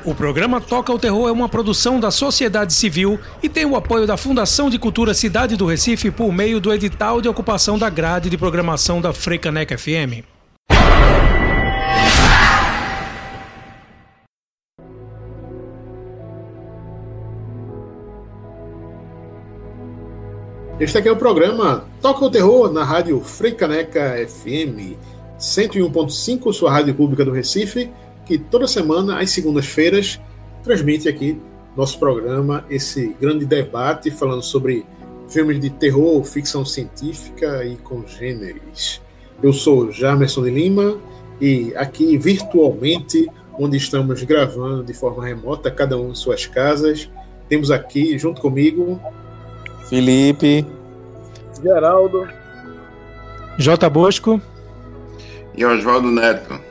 O programa Toca o Terror é uma produção da sociedade civil e tem o apoio da Fundação de Cultura Cidade do Recife por meio do edital de ocupação da grade de programação da Frecaneca FM. Este aqui é o programa Toca o Terror na rádio Frecaneca FM 101.5, sua rádio pública do Recife, que toda semana, às segundas-feiras, transmite aqui nosso programa, esse grande debate falando sobre filmes de terror, ficção científica e congêneres. Eu sou Jamerson de Lima e aqui virtualmente, onde estamos gravando de forma remota, cada um em suas casas, temos aqui junto comigo Felipe, Geraldo, J. Bosco e Oswaldo Neto.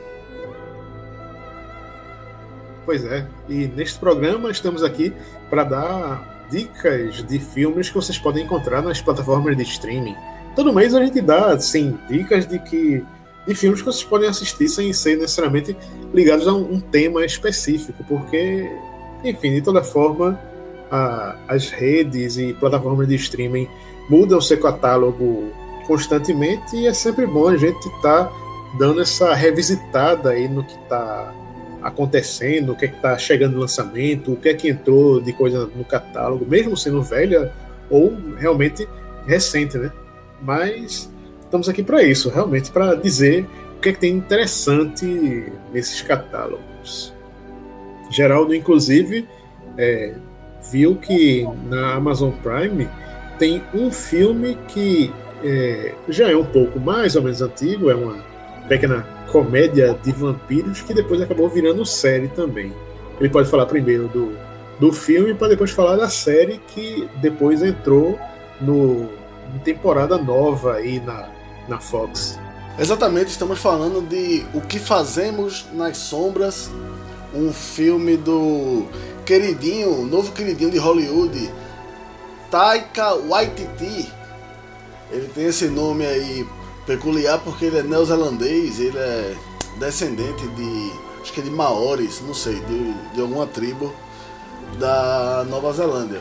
Pois é, e neste programa estamos aqui para dar dicas de filmes que vocês podem encontrar nas plataformas de streaming. Todo mês a gente dá, assim, dicas de filmes que vocês podem assistir sem ser necessariamente ligados a um tema específico, porque, enfim, de toda forma, as redes e plataformas de streaming mudam seu catálogo constantemente e é sempre bom a gente estar dando essa revisitada aí no que está acontecendo, o que é que está chegando no lançamento, o que é que entrou de coisa no catálogo, mesmo sendo velha ou realmente recente, né? Mas estamos aqui para isso, realmente para dizer o que é que tem interessante nesses catálogos. Geraldo, inclusive, viu que na Amazon Prime tem um filme que já é um pouco mais ou menos antigo, é uma pequena comédia de vampiros que depois acabou virando série também. Ele pode falar primeiro do filme para depois falar da série que depois entrou em temporada nova aí na Fox. Exatamente, estamos falando de O Que Fazemos nas Sombras, um filme do novo queridinho de Hollywood, Taika Waititi. Ele tem esse nome aí peculiar porque ele é neozelandês, ele é descendente acho que é de Maoris, não sei, de alguma tribo da Nova Zelândia.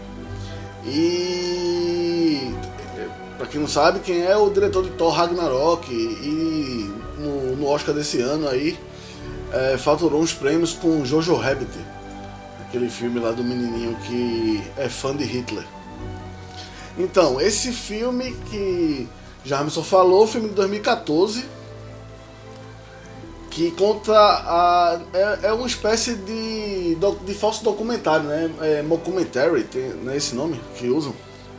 E pra quem não sabe, quem é o diretor de Thor Ragnarok, e no Oscar desse ano aí faturou uns prêmios com Jojo Rabbit, aquele filme lá do menininho que é fã de Hitler. Então, esse filme que Jamerson falou, filme de 2014, que conta é uma espécie de falso documentário, né? Mockumentary, não é esse nome que usam?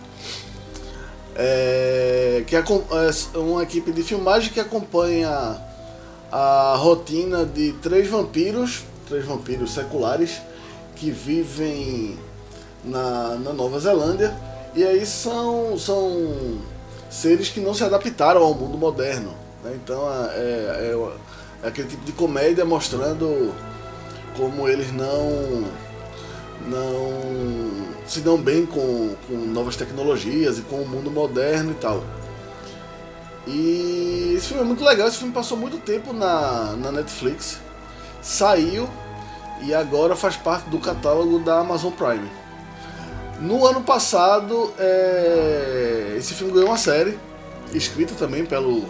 Que é uma equipe de filmagem que acompanha a rotina de três vampiros seculares que vivem na Nova Zelândia, e aí são seres que não se adaptaram ao mundo moderno, né? Então é aquele tipo de comédia mostrando como eles não se dão bem com novas tecnologias e com o mundo moderno e tal. E esse filme é muito legal, esse filme passou muito tempo na Netflix, saiu e agora faz parte do catálogo da Amazon Prime. No ano passado, esse filme ganhou uma série, escrita também pelo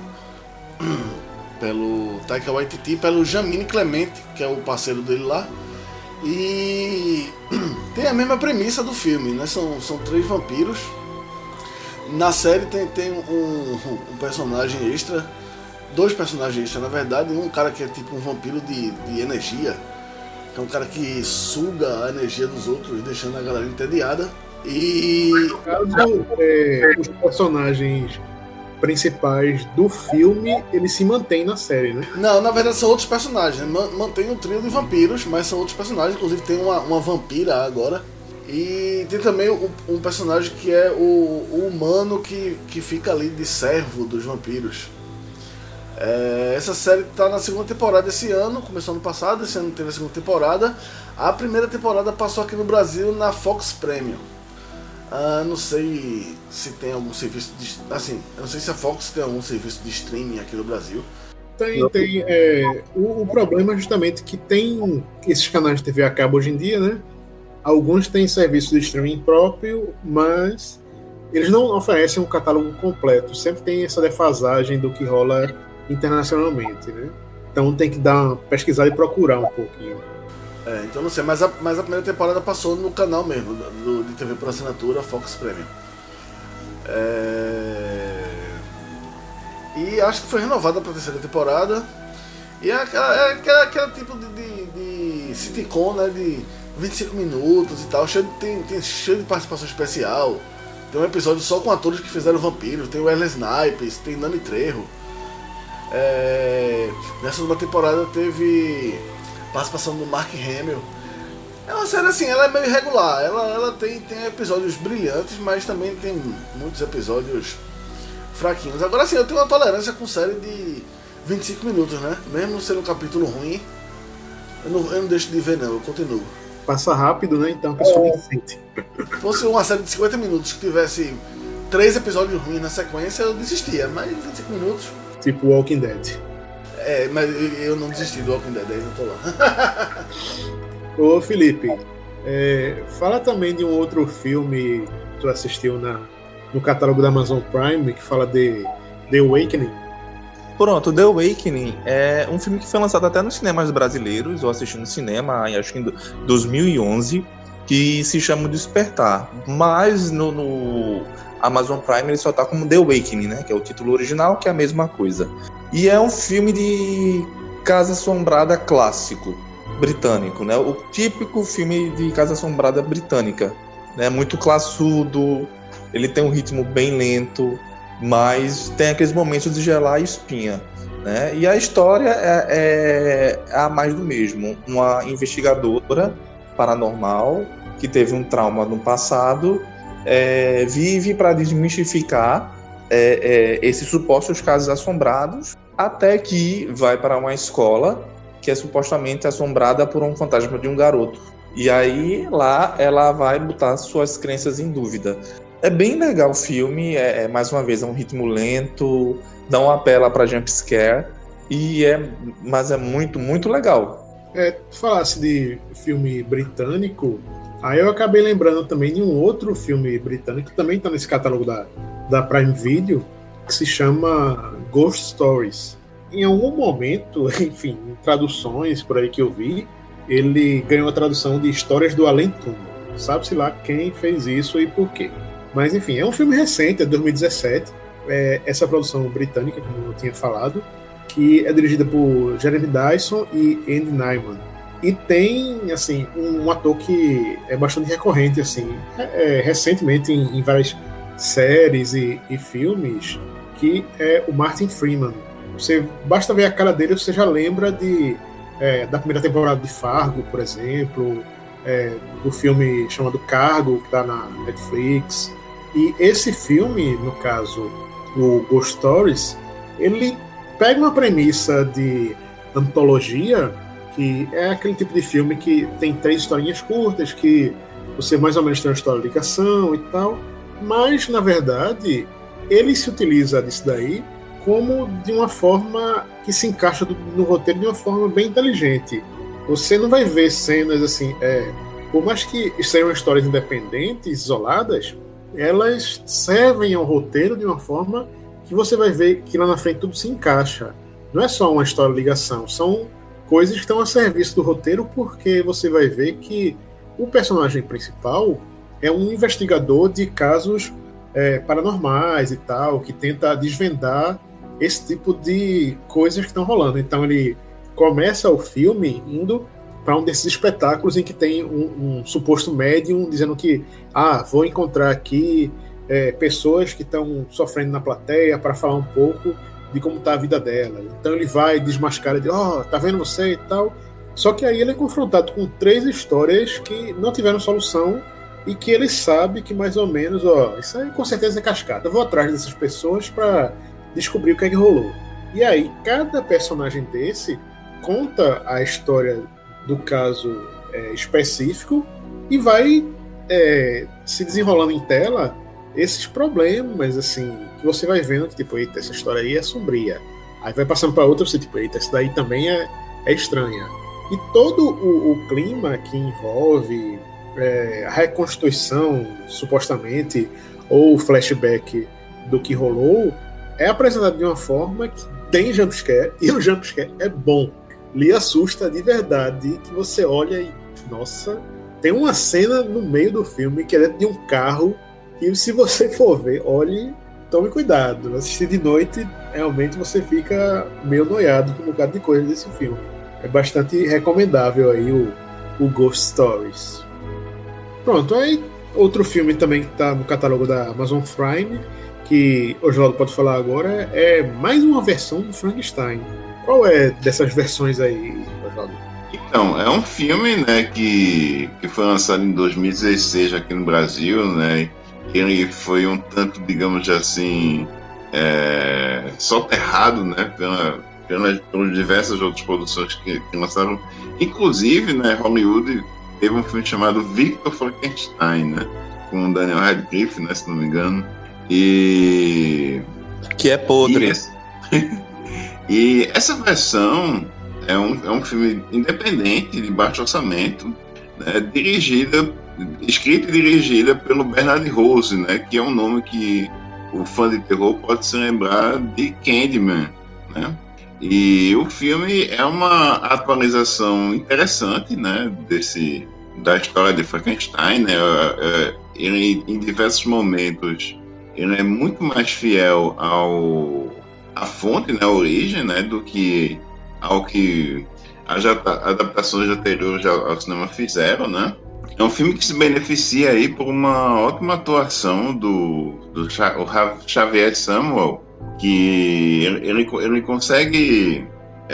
Taika Waititi, pelo Jamine Clement, que é o parceiro dele lá. E tem a mesma premissa do filme, né? São três vampiros. Na série tem um personagem extra, dois personagens extras, na verdade. Um cara que é tipo um vampiro de energia, que é um cara que suga a energia dos outros, deixando a galera entediada. E no caso, os personagens principais do filme, eles se mantêm na série, né? Não, na verdade são outros personagens. Mantém um trio de vampiros, mas são outros personagens. Inclusive tem uma vampira agora. E tem também um personagem que é o humano que fica ali de servo dos vampiros. Essa série está na segunda temporada esse ano, começou ano passado, esse ano teve a segunda temporada. A primeira temporada passou aqui no Brasil na Fox Premium. Não sei se tem algum serviço de... Assim, eu não sei se a Fox tem algum serviço de streaming aqui no Brasil. Tem. O problema é justamente que tem esses canais de TV a cabo hoje em dia, né? Alguns têm serviço de streaming próprio, mas eles não oferecem um catálogo completo. Sempre tem essa defasagem do que rola internacionalmente, né? Então tem que dar uma pesquisada e procurar um pouquinho. Então não sei, mas a primeira temporada passou no canal mesmo, de TV por assinatura, Fox Premium. E acho que foi renovada para a terceira temporada. E é aquela tipo de sitcom, né? De 25 minutos e tal, cheio de participação especial. Tem um episódio só com atores que fizeram vampiros, tem o Wesley Snipes, tem Danny Trejo. Nessa última temporada teve participação do Mark Hamill. É uma série assim, ela é meio irregular, ela tem episódios brilhantes, mas também tem muitos episódios fraquinhos. Agora sim, eu tenho uma tolerância com série de 25 minutos, né? Mesmo sendo um capítulo ruim, eu não deixo de ver não, eu continuo. Passa rápido, né? Então a pessoa nem sente. Se fosse uma série de 50 minutos que tivesse 3 episódios ruins na sequência, eu desistia, mas 25 minutos... Tipo Walking Dead. Mas eu não desisti do Walking Dead, ainda tô lá. Ô Felipe, fala também de um outro filme que tu assistiu no catálogo da Amazon Prime, que fala de The Awakening. Pronto, The Awakening é um filme que foi lançado até nos cinemas brasileiros. Eu assisti no cinema, acho que em 2011, que se chama Despertar. Mas no Amazon Prime ele só tá como The Awakening, né? Que é o título original, que é a mesma coisa. E é um filme de Casa Assombrada clássico, britânico, né? O típico filme de Casa Assombrada britânica, né? Muito classudo, ele tem um ritmo bem lento, mas tem aqueles momentos de gelar a espinha, né? E a história é a mais do mesmo. Uma investigadora paranormal que teve um trauma no passado, vive para desmistificar esses supostos casos assombrados, até que vai para uma escola que é supostamente assombrada por um fantasma de um garoto. E aí lá ela vai botar suas crenças em dúvida. É bem legal o filme, mais uma vez, é um ritmo lento, não apela para jump scare, mas é muito, muito legal. Tu falasse de filme britânico, aí eu acabei lembrando também de um outro filme britânico que também está nesse catálogo da Prime Video, que se chama Ghost Stories. Em algum momento, enfim, em traduções por aí que eu vi, ele ganhou a tradução de Histórias do Além-Túmulo. Sabe-se lá quem fez isso e por quê. Mas enfim, é um filme recente, é de 2017, essa produção britânica, como eu tinha falado, que é dirigida por Jeremy Dyson e Andy Nyman. E tem, assim, um ator que é bastante recorrente, assim, recentemente em várias séries e filmes, que é o Martin Freeman. Basta ver a cara dele, você já lembra da primeira temporada de Fargo, por exemplo, do filme chamado Cargo, que está na Netflix. E esse filme, no caso, o Ghost Stories, ele pega uma premissa de antologia, que é aquele tipo de filme que tem 3 historinhas curtas, que você mais ou menos tem uma história de ligação e tal, mas, na verdade, ele se utiliza disso daí como de uma forma que se encaixa no roteiro de uma forma bem inteligente. Você não vai ver cenas assim, por mais que sejam histórias independentes, isoladas, elas servem ao roteiro de uma forma que você vai ver que lá na frente tudo se encaixa. Não é só uma história de ligação, são coisas que estão a serviço do roteiro, porque você vai ver que o personagem principal é um investigador de casos paranormais e tal, que tenta desvendar esse tipo de coisas que estão rolando. Então ele começa o filme indo para um desses espetáculos em que tem um suposto médium dizendo que vou encontrar aqui pessoas que estão sofrendo na plateia para falar um pouco de como está a vida dela. Então ele vai desmascarar e diz, tá vendo você e tal. Só que aí ele é confrontado com 3 histórias que não tiveram solução e que ele sabe que mais ou menos, isso aí com certeza é cascata. Eu vou atrás dessas pessoas para descobrir o que é que rolou. E aí cada personagem desse conta a história do caso específico e vai se desenrolando em tela esses problemas, assim, que você vai vendo que, tipo, eita, essa história aí é sombria. Aí vai passando para outra, você tipo, eita, essa daí também é estranha. E todo o clima que envolve a reconstituição, supostamente, ou flashback do que rolou, é apresentado de uma forma que tem jumpscare, e o jumpscare é bom. Lhe assusta de verdade, que você olha e, nossa, tem uma cena no meio do filme que é dentro de um carro, e se você for ver, olhe, tome cuidado. Assistir de noite, realmente você fica meio noiado com um bocado de coisa desse filme. É bastante recomendável aí o Ghost Stories. Pronto, aí outro filme também que está no catálogo da Amazon Prime, que o Oswaldo pode falar agora, é mais uma versão do Frankenstein. Qual é dessas versões aí, Oswaldo? Então, é um filme, né, que foi lançado em 2016 aqui no Brasil, né? Ele foi um tanto, digamos assim, soterrado, né, pelas diversas outras produções que lançaram. Inclusive, né, Hollywood teve um filme chamado Victor Frankenstein, né, com o Daniel Radcliffe, né, se não me engano. E que é podre. E essa versão é um filme independente, de baixo orçamento, né, escrita e dirigida pelo Bernard Rose, né, que é um nome que o fã de terror pode se lembrar de Candyman, né? E o filme é uma atualização interessante, né, da história de Frankenstein, né? Ele, em diversos momentos, ele é muito mais fiel à fonte, né, à origem, né, do que ao que as adaptações anteriores ao cinema fizeram, né? É um filme que se beneficia aí por uma ótima atuação do Xavier Samuel, que ele consegue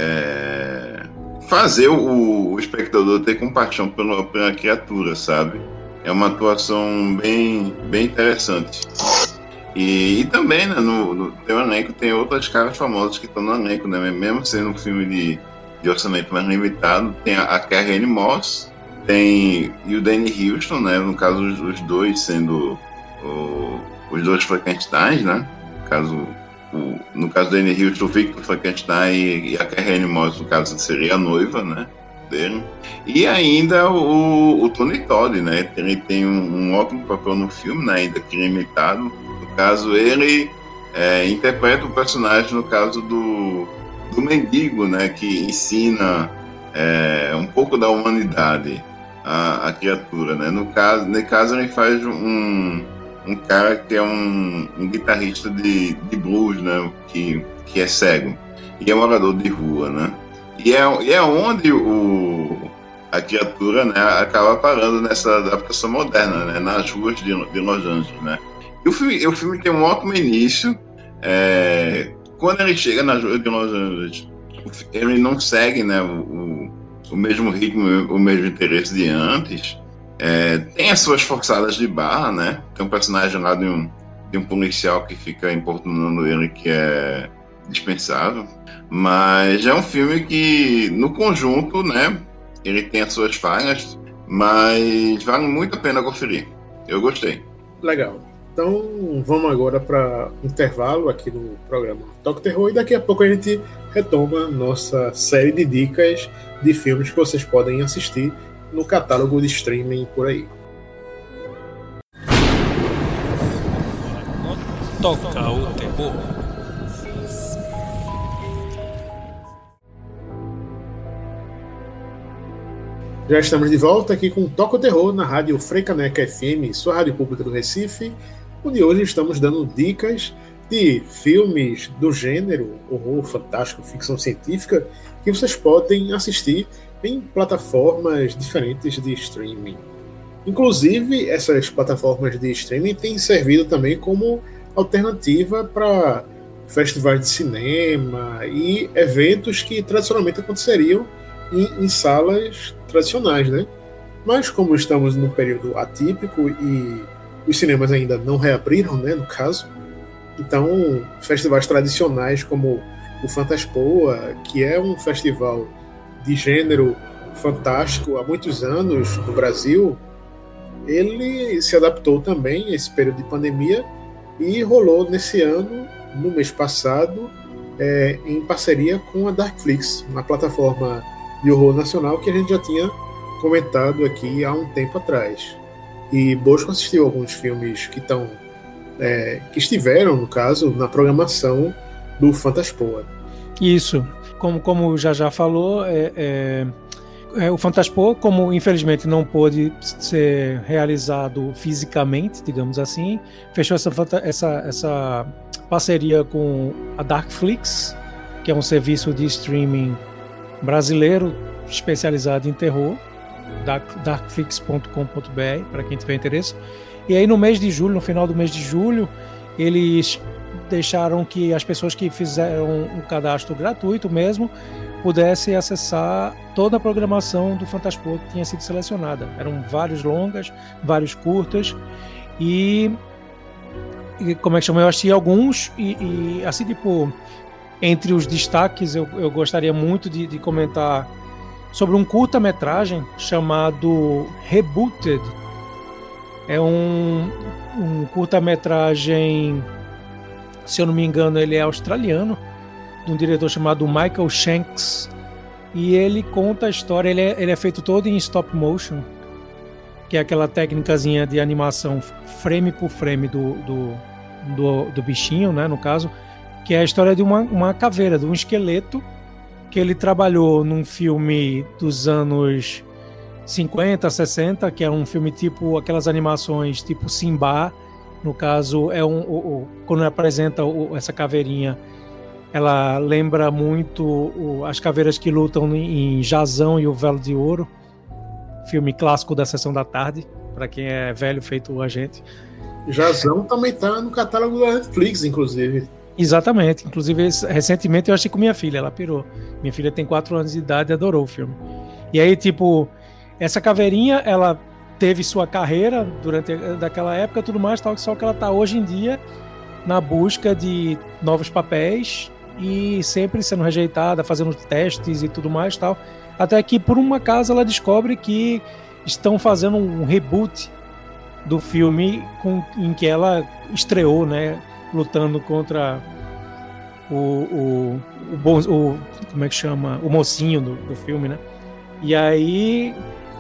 fazer o espectador ter compaixão pela criatura, sabe? É uma atuação bem interessante. E também, né, no teu elenco tem outras caras famosas que estão no elenco, né? Mesmo sendo um filme de orçamento mais limitado, tem a Carrie-Anne Moss, tem e o Danny Huston, né? No caso, os dois sendo os dois Frankensteins, né? No caso do Danny Huston, o Victor Frankenstein e a Carrie-Anne Moss, no caso, seria a noiva, né, dele. E ainda o Tony Todd, né? Ele tem um ótimo papel no filme, né, ainda que limitado. No caso, ele interpreta o personagem, no caso do mendigo, né, que ensina um pouco da humanidade à criatura, né? No caso ele faz um cara que é um guitarrista de blues, né, que é cego e é morador de rua, né? E é onde a criatura, né, acaba parando nessa adaptação moderna, né, nas ruas de Los Angeles, né? E o filme tem um ótimo início. Quando ele chega nas ruas de Los Angeles, ele não segue, né, o mesmo ritmo, o mesmo interesse de antes. Tem as suas forçadas de barra, né? Tem um personagem lá de um policial que fica importunando ele, que é dispensável. Mas é um filme que, no conjunto, né, ele tem as suas falhas, mas vale muito a pena conferir. Eu gostei. Legal. Então vamos agora para intervalo aqui no programa Toque Terror, e daqui a pouco a gente retoma nossa série de dicas de filmes que vocês podem assistir no catálogo de streaming por aí. Toca o terror. Já estamos de volta aqui com Toca o Terror na rádio Freicaneca FM, sua rádio pública do Recife, onde hoje estamos dando dicas de filmes do gênero horror, fantástico, ficção científica, que vocês podem assistir em plataformas diferentes de streaming. Inclusive, essas plataformas de streaming têm servido também como alternativa para festivais de cinema e eventos que tradicionalmente aconteceriam em salas tradicionais, né? Mas como estamos num período atípico e os cinemas ainda não reabriram, né, no caso, então festivais tradicionais como o Fantaspoa, que é um festival de gênero fantástico há muitos anos no Brasil, ele se adaptou também a esse período de pandemia e rolou nesse ano, no mês passado, em parceria com a Darkflix, uma plataforma de horror nacional que a gente já tinha comentado aqui há um tempo atrás. E Bosco assistiu alguns filmes que estiveram, no caso, na programação do Fantaspoa. Isso, como o já falou, o Fantaspoa, como infelizmente não pôde ser realizado fisicamente, digamos assim, fechou essa parceria com a Darkflix, que é um serviço de streaming brasileiro especializado em terror, darkflix.com.br, para quem tiver interesse. E aí no final do mês de julho, eles deixaram que as pessoas que fizeram o cadastro gratuito mesmo pudessem acessar toda a programação do Fantaspoa que tinha sido selecionada. Eram vários longas, vários curtas, e como é que chama? Eu achei alguns, e assim, tipo, entre os destaques, eu gostaria muito de comentar sobre um curta-metragem chamado Rebooted. É um curta-metragem, se eu não me engano, ele é australiano, de um diretor chamado Michael Shanks, e ele conta a história, ele é feito todo em stop motion, que é aquela técnicazinha de animação frame por frame do bichinho, né, no caso, que é a história de uma caveira, de um esqueleto, que ele trabalhou num filme dos anos 50, 60, que é um filme tipo aquelas animações tipo Simba. No caso, quando apresenta essa caveirinha, ela lembra muito as caveiras que lutam em Jazão e o Velo de Ouro, filme clássico da Sessão da Tarde, para quem é velho feito a gente. Jazão também tá no catálogo da Netflix, inclusive. Exatamente. Inclusive, recentemente eu assisti com minha filha, ela pirou. Minha filha tem 4 anos de idade e adorou o filme. E aí, tipo, essa caveirinha, ela teve sua carreira durante daquela época e tudo mais, tal, só que ela tá hoje em dia na busca de novos papéis e sempre sendo rejeitada, fazendo testes e tudo mais, tal. Até que, por um acaso, ela descobre que estão fazendo um reboot do filme em que ela estreou, né, lutando contra o como é que chama? O mocinho do filme, né? E aí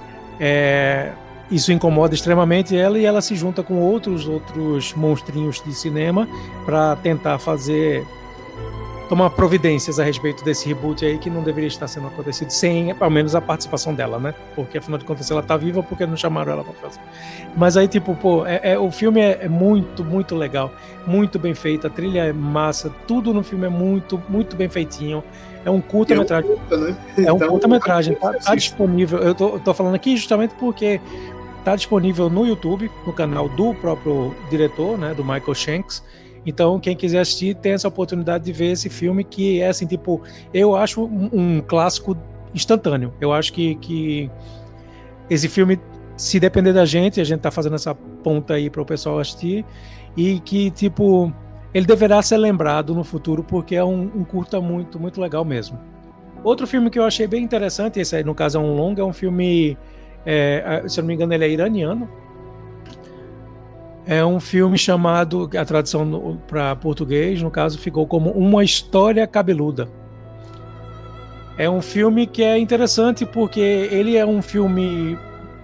isso incomoda extremamente ela, e ela se junta com outros monstrinhos de cinema para tentar tomar providências a respeito desse reboot aí, que não deveria estar sendo acontecido sem, pelo menos, a participação dela, né? Porque, afinal de contas, ela tá viva, porque não chamaram ela pra fazer. Mas aí, tipo, o filme é muito, muito legal, muito bem feito, a trilha é massa, tudo no filme é muito, muito bem feitinho. É um curta-metragem. É um curta-metragem, tá disponível. Eu tô falando aqui justamente porque tá disponível no YouTube, no canal do próprio diretor, né, do Michael Shanks. Então, quem quiser assistir, tem essa oportunidade de ver esse filme, que é assim, tipo, eu acho um clássico instantâneo. Eu acho que esse filme, se depender da gente, a gente tá fazendo essa ponta aí para o pessoal assistir, e que, tipo, ele deverá ser lembrado no futuro, porque é um curta muito, muito legal mesmo. Outro filme que eu achei bem interessante, esse aí no caso é um longa, é um filme, se eu não me engano, ele é iraniano. É um filme chamado, a tradução para português, no caso, ficou como Uma História Cabeluda. É um filme que é interessante porque ele é um filme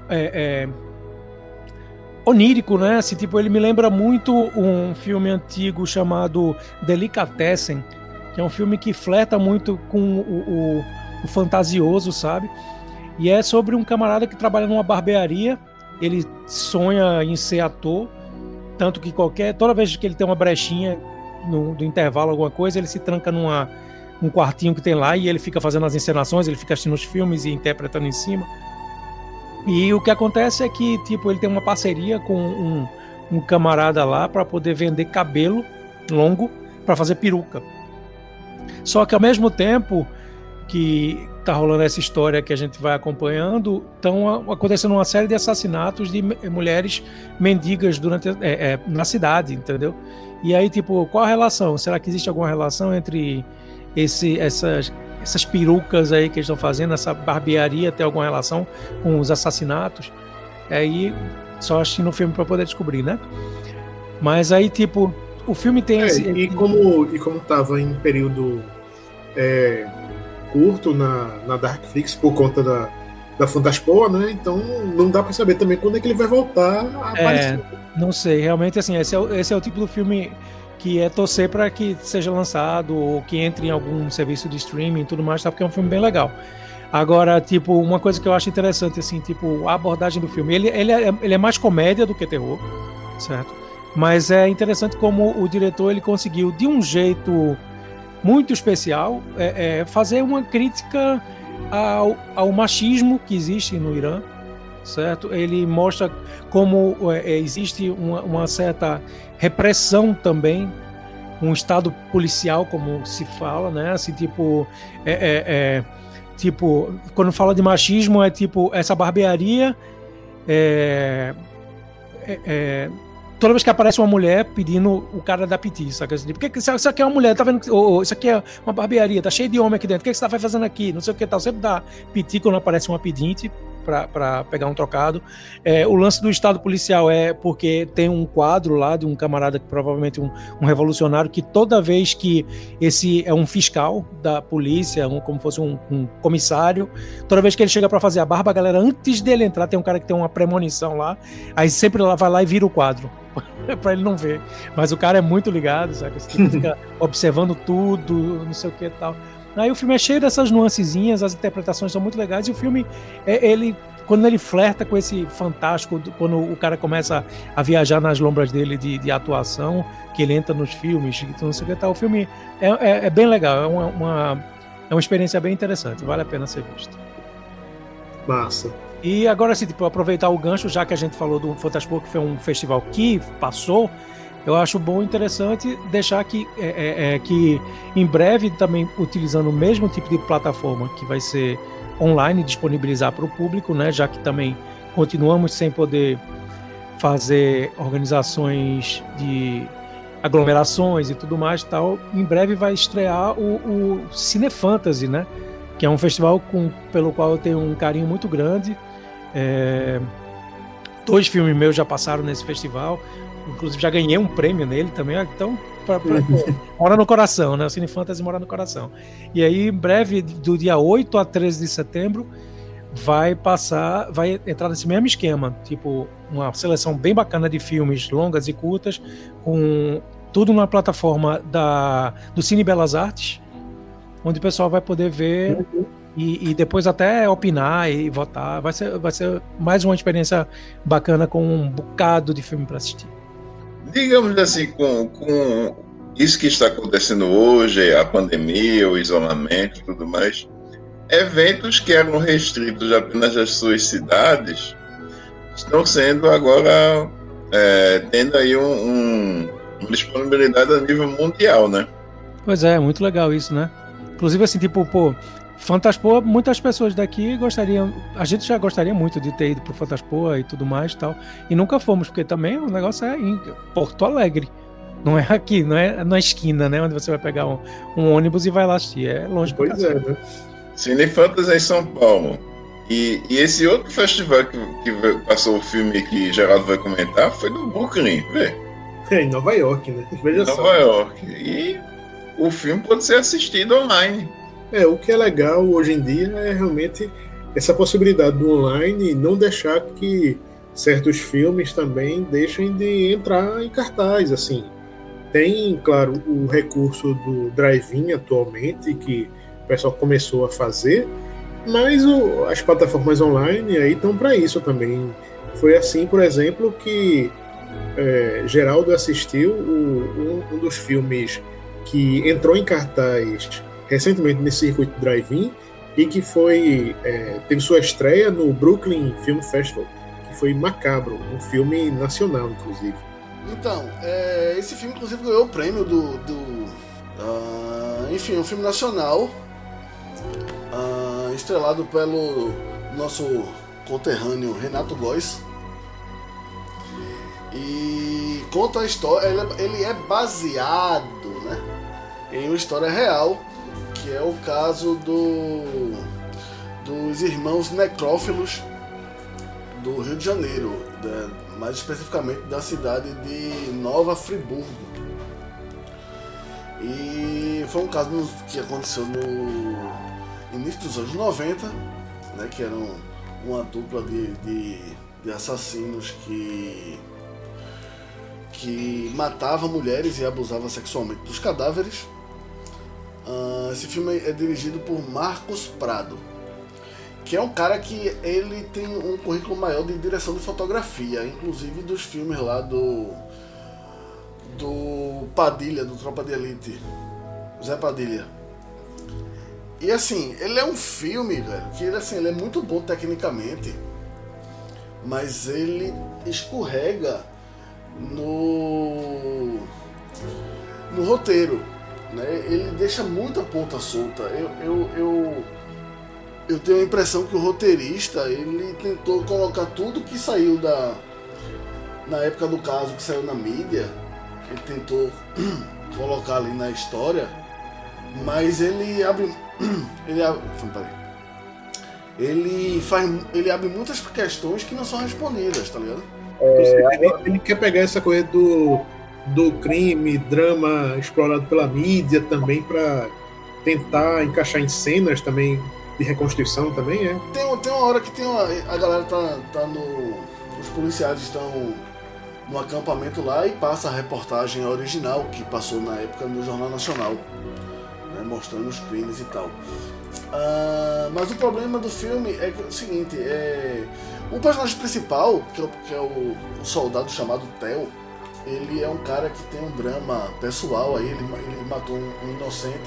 onírico, né? Assim, tipo, ele me lembra muito um filme antigo chamado Delicatessen, que é um filme que flerta muito com o fantasioso, sabe? E é sobre um camarada que trabalha numa barbearia, ele sonha em ser ator, tanto que toda vez que ele tem uma brechinha do intervalo, alguma coisa, ele se tranca num quartinho que tem lá, e ele fica fazendo as encenações, ele fica assistindo os filmes e interpretando em cima. E o que acontece é que, tipo, ele tem uma parceria com um camarada lá para poder vender cabelo longo para fazer peruca. Só que ao mesmo tempo que tá rolando essa história que a gente vai acompanhando, estão acontecendo uma série de assassinatos de mulheres mendigas na cidade, entendeu? E aí, tipo, qual a relação? Será que existe alguma relação entre essas perucas aí que eles estão fazendo, essa barbearia, tem alguma relação com os assassinatos? Aí, só assistindo o filme para poder descobrir, né? Mas aí, tipo, o filme tem e como estava em período curto na Darkflix por conta da Fantaspoa, né? Então não dá para saber também quando é que ele vai voltar a aparecer. Não sei, realmente assim, esse é o tipo do filme que é torcer para que seja lançado ou que entre em algum serviço de streaming e tudo mais, tá? Porque é um filme bem legal. Agora, tipo, uma coisa que eu acho interessante, assim, tipo, a abordagem do filme, ele é mais comédia do que terror, certo? Mas é interessante como o diretor, ele conseguiu, de um jeito muito especial, fazer uma crítica ao machismo que existe no Irã, certo? Ele mostra como existe uma certa repressão também, um estado policial, como se fala, né? Assim, tipo, tipo, quando fala de machismo, é tipo essa barbearia. Toda vez que aparece uma mulher pedindo o cara dar piti, sabe? Porque isso aqui é uma mulher, tá vendo? Isso aqui é uma barbearia, tá cheio de homem aqui dentro. O que você tá fazendo aqui? Não sei o que tal. Sempre dá piti quando aparece uma pedinte para pegar um trocado. O lance do estado policial é porque tem um quadro lá de um camarada que provavelmente um revolucionário, que toda vez que esse é um fiscal da polícia, como fosse um comissário, toda vez que ele chega para fazer a barba, a galera, antes dele entrar, tem um cara que tem uma premonição lá, aí sempre vai lá e vira o quadro para ele não ver. Mas o cara é muito ligado, sabe? Ele fica observando tudo, não sei o que e tal. Aí o filme é cheio dessas nuancezinhas, as interpretações são muito legais, e o filme, quando ele flerta com esse fantástico, quando o cara começa a viajar nas lombras dele de atuação, que ele entra nos filmes, não sei o que tal, o filme é bem legal, é uma experiência bem interessante, vale a pena ser visto. Massa. E agora, assim, tipo, aproveitar o gancho, já que a gente falou do Fantaspoa, que foi um festival que passou, eu acho bom e interessante deixar que em breve, também utilizando o mesmo tipo de plataforma que vai ser online, disponibilizar para o público, né, já que também continuamos sem poder fazer organizações de aglomerações e tudo mais, tal. Em breve vai estrear o Cine Fantasy, né, que é um festival pelo qual eu tenho um carinho muito grande. 2 filmes meus já passaram nesse festival, inclusive já ganhei um prêmio nele também, então mora no coração, né? O Cine Fantasy mora no coração. E aí, em breve, do dia 8 a 13 de setembro, vai entrar nesse mesmo esquema, tipo, uma seleção bem bacana de filmes longas e curtas, com tudo na plataforma do Cine Belas Artes, onde o pessoal vai poder ver e depois até opinar e votar. Vai ser mais uma experiência bacana, com um bocado de filme para assistir. Digamos assim, com isso que está acontecendo hoje, a pandemia, o isolamento e tudo mais, eventos que eram restritos apenas às suas cidades estão sendo agora tendo aí uma disponibilidade a nível mundial, né? Pois é, muito legal isso, né? Inclusive, assim, tipo, Fantaspoa, muitas pessoas daqui a gente já gostaria muito de ter ido pro Fantaspoa e tudo mais e tal, e nunca fomos, porque também o negócio é em Porto Alegre, não é aqui, não é na esquina, né, onde você vai pegar um ônibus e vai lá assistir, é longe. Pois é, né? Cine Fantasy em São Paulo. E esse outro festival que passou o filme que Geraldo vai comentar foi do Brooklyn, vê? Em Nova York, né? Veja só. Nova York. E o filme pode ser assistido online. O que é legal hoje em dia é realmente essa possibilidade do online, não deixar que certos filmes também deixem de entrar em cartaz, assim. Tem, claro, o recurso do drive-in atualmente, que o pessoal começou a fazer, mas as plataformas online aí estão para isso também. Foi assim, por exemplo, que Geraldo assistiu um dos filmes que entrou em cartaz recentemente nesse circuito drive-in e que teve sua estreia no Brooklyn Film Festival, que foi Macabro, um filme nacional, inclusive. Então, esse filme, inclusive, ganhou o prêmio enfim, um filme nacional, estrelado pelo nosso conterrâneo Renato Góes. E conta a história, ele é baseado, né, em uma história real, que é o caso dos irmãos necrófilos do Rio de Janeiro, mais especificamente da cidade de Nova Friburgo. E foi um caso que aconteceu no início dos anos 90, né, que era uma dupla de assassinos que matava mulheres e abusava sexualmente dos cadáveres. Esse filme é dirigido por Marcos Prado, que é um cara que ele tem um currículo maior de direção de fotografia, inclusive dos filmes lá do Padilha, do Tropa de Elite, Zé Padilha. E assim, ele é um filme, velho, que ele é muito bom tecnicamente, mas ele escorrega no roteiro, né? Ele deixa muita ponta solta. Eu tenho a impressão que o roteirista, ele tentou colocar tudo que saiu na época do caso, que saiu na mídia, ele tentou colocar ali na história, mas ele abre muitas questões que não são respondidas, tá ligado? Ele quer pegar essa coisa do crime, drama explorado pela mídia também, para tentar encaixar em cenas também de reconstrução também, é? Tem uma hora que a galera os policiais estão no acampamento lá e passa a reportagem original que passou na época no Jornal Nacional, né, mostrando os crimes e tal. Mas o problema do filme é o seguinte, o personagem principal, que é o soldado chamado Theo, ele é um cara que tem um drama pessoal, aí ele matou um inocente,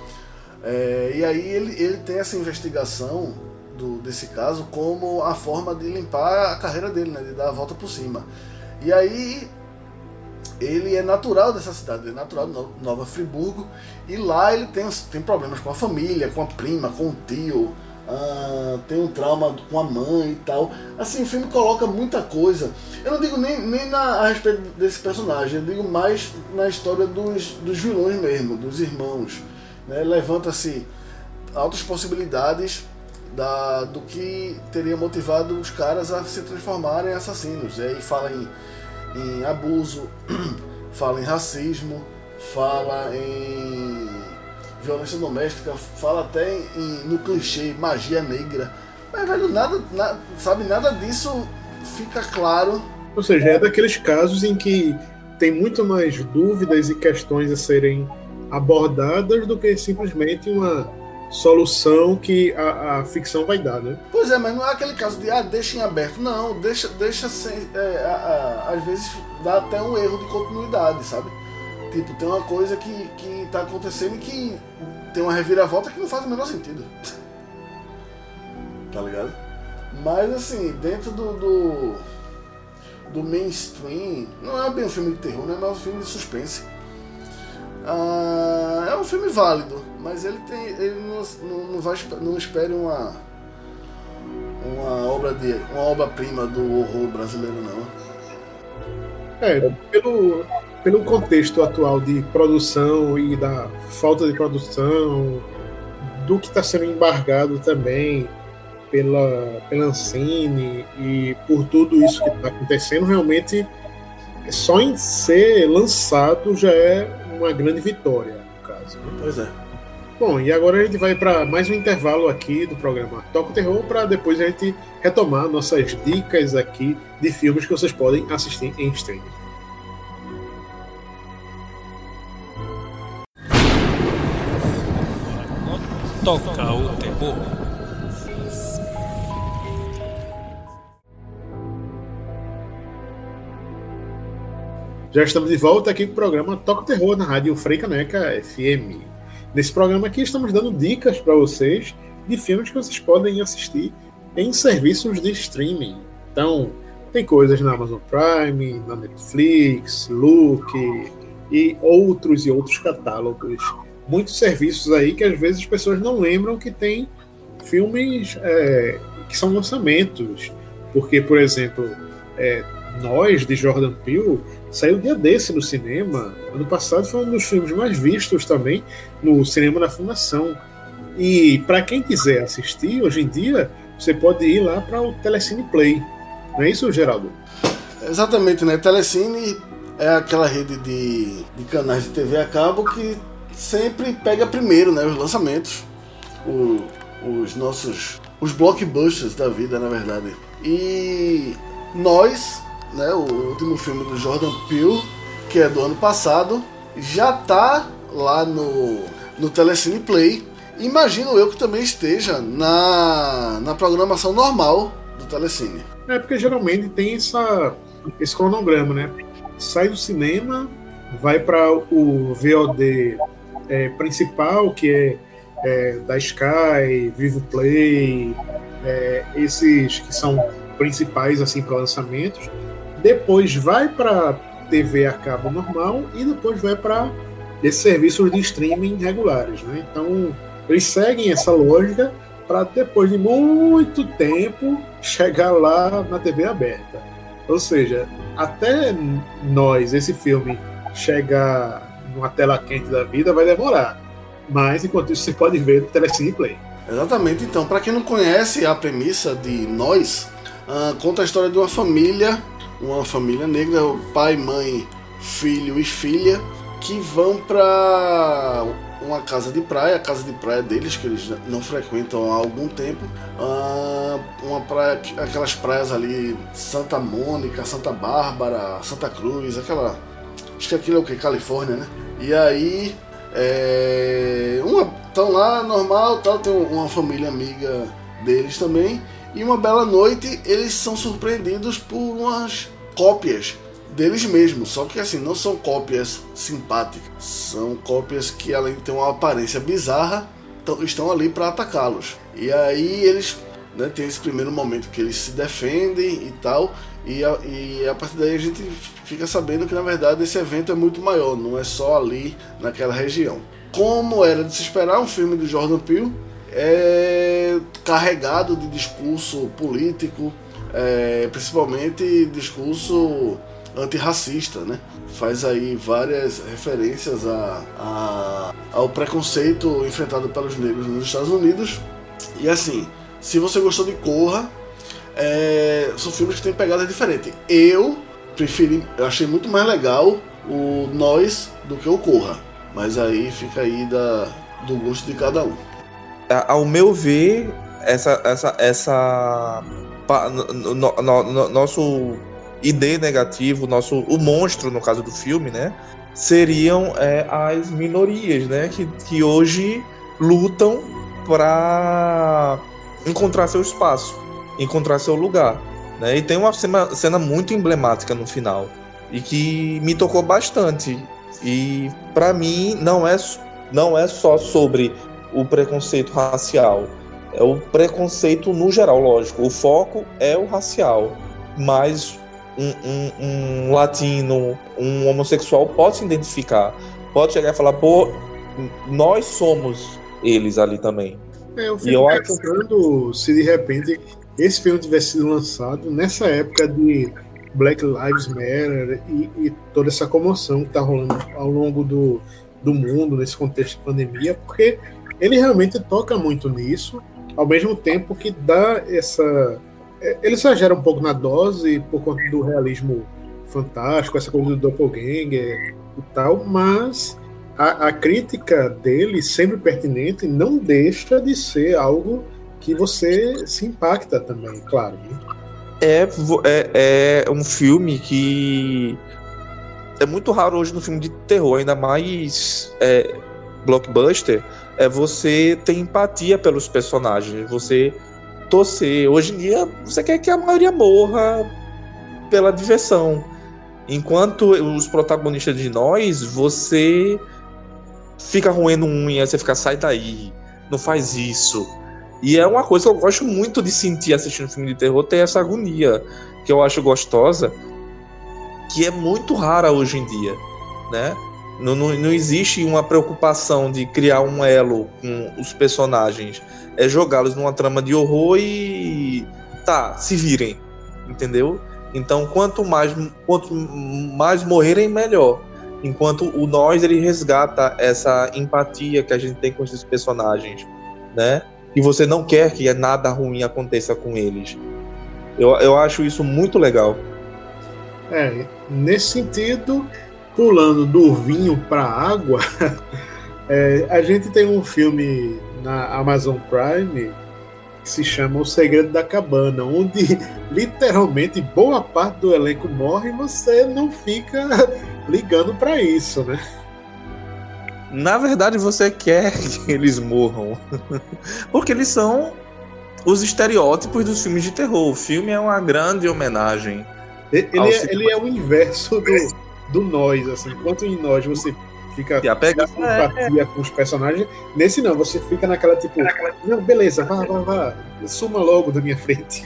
e aí ele tem essa investigação desse caso como a forma de limpar a carreira dele, né, de dar a volta por cima. E aí ele é natural dessa cidade, ele é natural de Nova Friburgo, e lá ele tem problemas com a família, com a prima, com o tio, tem um trauma com a mãe e tal. Assim, o filme coloca muita coisa. Eu não digo nem a respeito desse personagem, eu digo mais na história dos vilões mesmo, dos irmãos, né? Levanta-se altas possibilidades do que teria motivado os caras a se transformarem em assassinos. E aí fala em abuso, fala em racismo, fala em violência doméstica, fala até no clichê magia negra. Mas, velho, nada disso fica claro. Ou seja, é daqueles casos em que tem muito mais dúvidas e questões a serem abordadas do que simplesmente uma solução que a ficção vai dar, né? Pois é, mas não é aquele caso de deixa em aberto. Não, deixa sem... às vezes dá até um erro de continuidade, sabe? Tipo, tem uma coisa que tá acontecendo e que tem uma reviravolta que não faz o menor sentido. Tá ligado? Mas assim, dentro do mainstream, não é bem um filme de terror, né? Mas é um filme de suspense. É um filme válido, mas ele não espere uma obra-prima do horror brasileiro, não. Pelo contexto atual de produção e da falta de produção, do que está sendo embargado também pela Ancine e por tudo isso que está acontecendo, realmente só em ser lançado já é uma grande vitória, no caso. Né? Pois é. Bom, e agora a gente vai para mais um intervalo aqui do programa Toca o Terror, para depois a gente retomar nossas dicas aqui de filmes que vocês podem assistir em streaming. Toca o Terror. Já estamos de volta aqui com o programa Toca o Terror na Rádio Freicaneca FM. Nesse programa aqui estamos dando dicas para vocês de filmes que vocês podem assistir em serviços de streaming. Então, tem coisas na Amazon Prime, na Netflix, Look e outros catálogos. Muitos serviços aí que às vezes as pessoas não lembram que tem filmes que são lançamentos. Porque, por exemplo, Nós, de Jordan Peele, saiu dia desse no cinema. Ano passado foi um dos filmes mais vistos também no cinema da Fundação. E para quem quiser assistir, hoje em dia, você pode ir lá para o Telecine Play. Não é isso, Geraldo? Exatamente, né? Telecine é aquela rede de canais de TV a cabo que sempre pega primeiro, né, os lançamentos, os blockbusters da vida, na verdade. E Nós, né, o último filme do Jordan Peele, que é do ano passado, já tá lá no Telecine Play. Imagino eu que também esteja na programação normal do Telecine. É porque geralmente tem esse cronograma, né? Sai do cinema, vai para o VOD principal, que é da Sky, Vivo Play, esses que são principais assim para lançamentos. Depois vai para TV a cabo normal e depois vai para esses serviços de streaming regulares, né? Então eles seguem essa lógica para depois de muito tempo chegar lá na TV aberta. Ou seja, até esse filme chegar numa tela quente da vida vai demorar. Mas enquanto isso você pode ver no Telecine Play. Exatamente. Então, para quem não conhece a premissa de Nós, conta a história de uma família negra, pai, mãe, filho e filha, que vão para uma casa de praia, a casa de praia deles, que eles não frequentam há algum tempo, uma praia, aquelas praias ali, Santa Mônica, Santa Bárbara, Santa Cruz, acho que aquilo é o que? Califórnia, né? E aí, estão lá, normal, tal, tem uma família amiga deles também, e uma bela noite eles são surpreendidos por umas cópias deles mesmos, só que assim, não são cópias simpáticas, são cópias que além de ter uma aparência bizarra, estão ali para atacá-los. E aí eles, né, tem esse primeiro momento que eles se defendem e tal, e a partir daí a gente fica sabendo que na verdade esse evento é muito maior, não é só ali naquela região. Como era de se esperar, um filme do Jordan Peele é carregado de discurso político, principalmente discurso antirracista, né? Faz aí várias referências ao preconceito enfrentado pelos negros nos Estados Unidos. E assim, se você gostou de Corra, são filmes que têm pegadas diferentes. Eu achei muito mais legal o Nós do que o Corra, mas aí fica aí do gosto de cada um. Ao meu ver, nosso ID negativo, o monstro, no caso do filme, né, seriam as minorias, né, que hoje lutam para encontrar seu espaço, encontrar seu lugar, né, e tem uma cena muito emblemática no final e que me tocou bastante, e para mim não é só sobre o preconceito racial, é o preconceito no geral, lógico, o foco é o racial, mas um latino, um homossexual pode se identificar, pode chegar e falar, pô, nós somos eles ali também. Eu fico pensando se de repente esse filme tivesse sido lançado nessa época de Black Lives Matter e toda essa comoção que está rolando ao longo do mundo nesse contexto de pandemia, porque ele realmente toca muito nisso, ao mesmo tempo que dá essa... Ele exagera um pouco na dose por conta do realismo fantástico, essa coisa do doppelganger e tal, mas a crítica dele, sempre pertinente, não deixa de ser algo que você se impacta também, claro. Né? É um filme que é muito raro hoje no filme de terror, ainda mais blockbuster, você ter empatia pelos personagens, você torcer. Hoje em dia você quer que a maioria morra pela diversão, enquanto os protagonistas de Nós, você fica roendo unha, você fica, sai daí, não faz isso. E é uma coisa que eu gosto muito de sentir assistindo filme de terror, ter essa agonia que eu acho gostosa, que é muito rara hoje em dia, né? Não existe uma preocupação de criar um elo com os personagens, é jogá-los numa trama de horror e se virem, entendeu? Então quanto mais morrerem, melhor. Enquanto o Nós, ele resgata essa empatia que a gente tem com esses personagens, né? E você não quer que nada ruim aconteça com eles. Eu acho isso muito legal. Nesse sentido, pulando do vinho para a água, A gente tem um filme na Amazon Prime que se chama O Segredo da Cabana, onde literalmente boa parte do elenco morre e você não fica ligando para isso, né? Na verdade, você quer que eles morram. Porque eles são os estereótipos dos filmes de terror. O filme é uma grande homenagem. Ele é o inverso do Nós, assim. Enquanto em Nós você fica com simpatia com os personagens, nesse não, você fica naquela tipo, não, beleza, vá, suma logo da minha frente.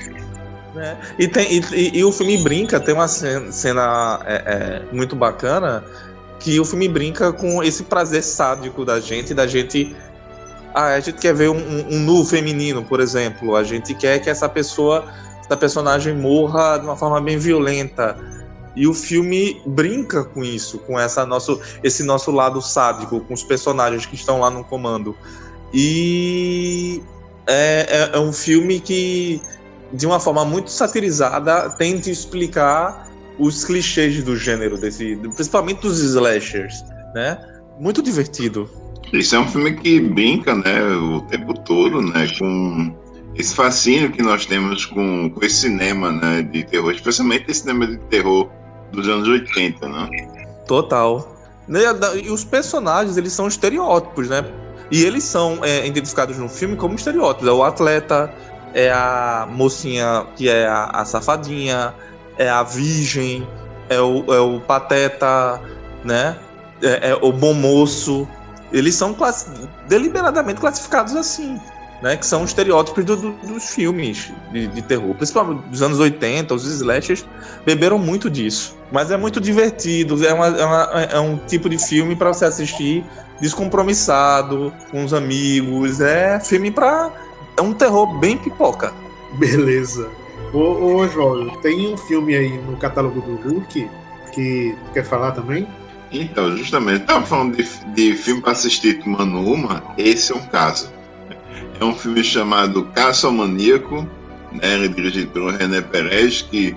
E o filme brinca, tem uma cena muito bacana, que o filme brinca com esse prazer sádico da gente a gente quer ver um nu feminino, por exemplo, a gente quer que essa personagem morra de uma forma bem violenta, e o filme brinca com isso, com esse nosso lado sádico, com os personagens que estão lá no comando, e é um filme que, de uma forma muito satirizada, tenta explicar os clichês do gênero, principalmente dos slashers, né? Muito divertido. Isso é um filme que brinca, né, o tempo todo, né, com esse fascínio que nós temos com esse cinema, né, de terror, especialmente esse cinema de terror dos anos 80, né? Total. E os personagens, eles são estereótipos, né? E eles são identificados no filme como estereótipos. É o atleta, é a mocinha que é a safadinha, é a virgem, é o pateta, né? É o bom moço. Eles são deliberadamente classificados assim, né? Que são estereótipos dos filmes de terror. Principalmente dos anos 80, os slashers beberam muito disso. Mas é muito divertido, é um tipo de filme para você assistir descompromissado, com os amigos. É um terror bem pipoca. Beleza. Ô Oswaldo, tem um filme aí no catálogo do Hulk que quer falar também? Então, justamente, estava falando de filme para assistir tomando uma, esse é um caso. É um filme chamado Caça ao Maníaco, né, dirigido pelo René Perez, que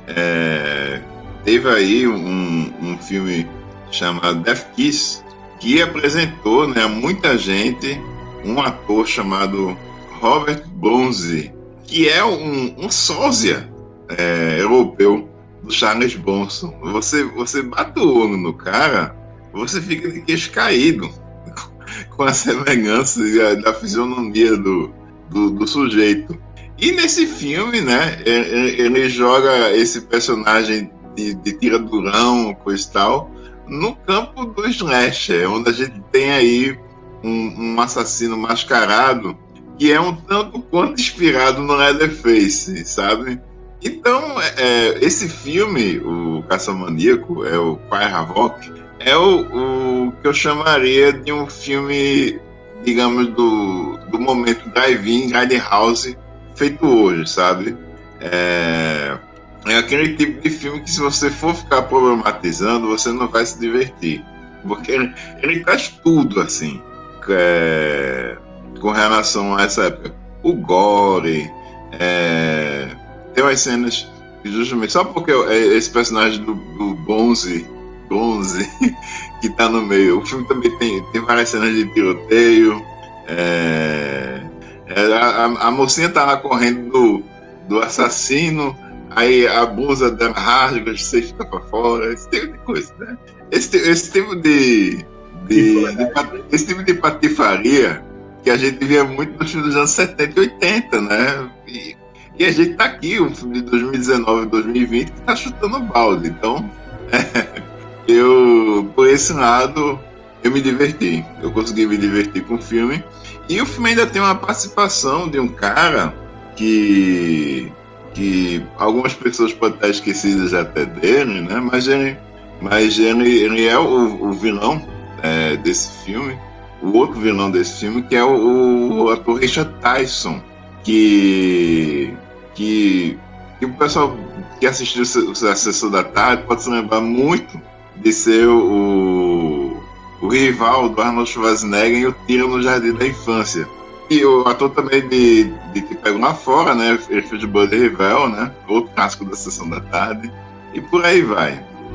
teve aí um filme chamado Death Kiss, que apresentou, né, a muita gente um ator chamado Robert Bronze, que é um sósia europeu do Charles Bronson. Você bate o olho no cara, você fica de queixo caído com a semelhança da fisionomia do sujeito. E nesse filme, né, ele joga esse personagem de tiradurão, coisa e tal, no campo do slasher, onde a gente tem aí um assassino mascarado que é um tanto quanto inspirado no Leatherface, sabe? Então, esse filme, o Caça-Maníaco, o Fire Havoc, é o que eu chamaria de um filme, digamos, do momento drive-in, grindhouse, feito hoje, sabe? É aquele tipo de filme que, se você for ficar problematizando, você não vai se divertir. Porque ele traz tudo, assim, com relação a essa época. O gore, tem umas cenas que, justamente, só porque esse personagem do Bronze que tá no meio, o filme também tem várias cenas de tiroteio, a mocinha tá lá correndo do assassino, aí a blusa dela rasga, você fica pra fora, esse tipo de coisa, né? Esse tipo de patifaria que a gente via muito nos filmes dos anos 70 e 80, né? E a gente tá aqui, um filme de 2019 e 2020, que tá chutando balde. Então, por esse lado, eu me diverti. Eu consegui me divertir com o filme. E o filme ainda tem uma participação de um cara que algumas pessoas podem estar esquecidas até dele, né? Mas ele é o vilão desse filme. O outro vilão desse filme, que é o ator Richard Tyson, que o pessoal que assistiu a Sessão da Tarde pode se lembrar muito de ser o rival do Arnold Schwarzenegger em O Tiro no Jardim da Infância. E o ator também de Te Pego Lá Fora, né? Ele fez de Buddy Revell, né? Outro clássico da Sessão da Tarde. E por aí vai.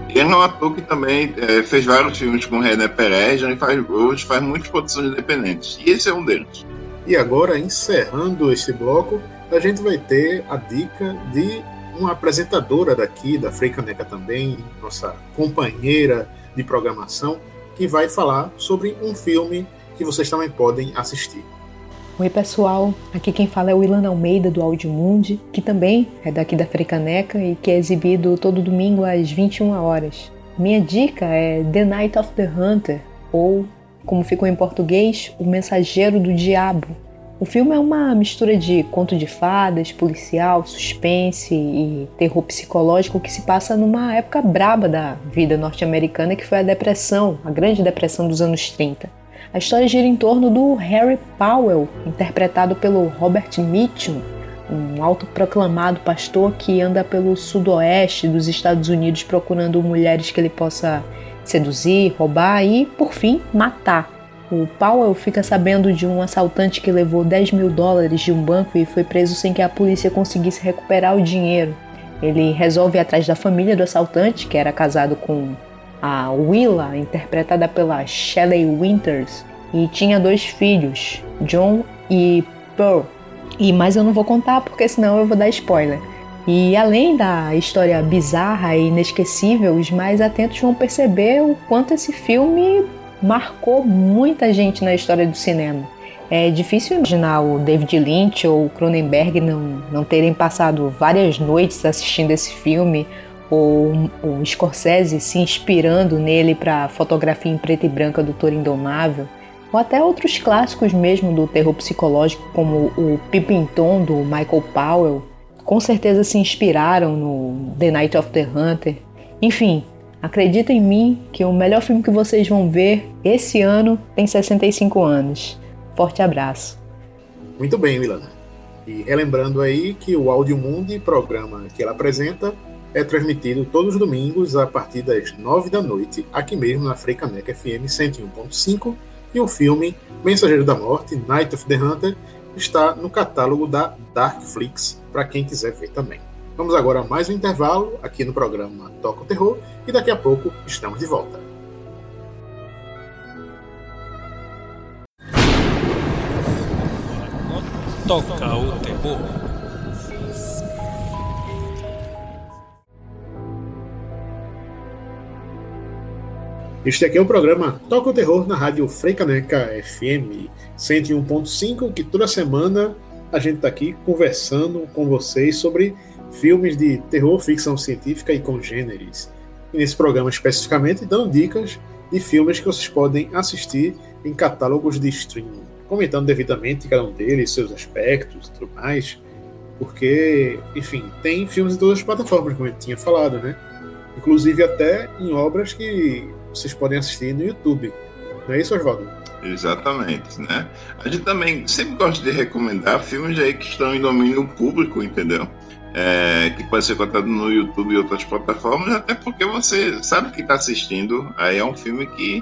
Ele é um ator que também fez vários filmes com René Perez, e hoje faz muitas produções independentes. E esse é um deles. E agora, encerrando esse bloco, a gente vai ter a dica de uma apresentadora daqui, da Freicaneca também, nossa companheira de programação, que vai falar sobre um filme que vocês também podem assistir. Oi pessoal, aqui quem fala é o Ilan Almeida do Audiomundi, que também é daqui da Freicaneca e que é exibido todo domingo às 21 horas. Minha dica é The Night of the Hunter, ou, como ficou em português, O Mensageiro do Diabo. O filme é uma mistura de conto de fadas, policial, suspense e terror psicológico que se passa numa época braba da vida norte-americana, que foi a Depressão, a Grande Depressão dos anos 30. A história gira em torno do Harry Powell, interpretado pelo Robert Mitchum, um autoproclamado pastor que anda pelo sudoeste dos Estados Unidos procurando mulheres que ele possa seduzir, roubar e, por fim, matar. O Powell fica sabendo de um assaltante que levou $10 mil de um banco e foi preso sem que a polícia conseguisse recuperar o dinheiro. Ele resolve ir atrás da família do assaltante, que era casado com a Willa, interpretada pela Shelley Winters, e tinha 2 filhos, John e Pearl. Mas eu não vou contar porque senão eu vou dar spoiler. E além da história bizarra e inesquecível, os mais atentos vão perceber o quanto esse filme marcou muita gente na história do cinema. É difícil imaginar o David Lynch ou o Cronenberg não terem passado várias noites assistindo esse filme, ou o Scorsese se inspirando nele para a fotografia em preto e branco do Toro Indomável, ou até outros clássicos mesmo do terror psicológico, como o Peeping Tom, do Michael Powell, com certeza se inspiraram no The Night of the Hunter. Enfim, acredita em mim que o melhor filme que vocês vão ver esse ano tem 65 anos. Forte abraço. Muito bem, Milana. E relembrando aí que o Audiomundi, programa que ela apresenta, é transmitido todos os domingos a partir das 9 da noite, aqui mesmo na Freicaneca FM 101.5, e o filme Mensageiro da Morte, Night of the Hunter, está no catálogo da Darkflix, para quem quiser ver também. Vamos agora a mais um intervalo aqui no programa Toca o Terror, e daqui a pouco estamos de volta. Toca o Terror. Este aqui é o programa Toca o Terror na rádio Freicaneca FM 101.5, que toda semana a gente está aqui conversando com vocês sobre filmes de terror, ficção científica e congêneres. E nesse programa especificamente dando dicas de filmes que vocês podem assistir em catálogos de streaming, comentando devidamente cada um deles, seus aspectos e tudo mais, porque, enfim, tem filmes em todas as plataformas, como eu tinha falado, né? Inclusive até em obras que vocês podem assistir no YouTube. Não é isso, Oswaldo? Exatamente, né? A gente também sempre gosta de recomendar filmes aí que estão em domínio público, entendeu? Que pode ser contado no YouTube e outras plataformas, até porque você sabe que está assistindo. Aí é um filme que,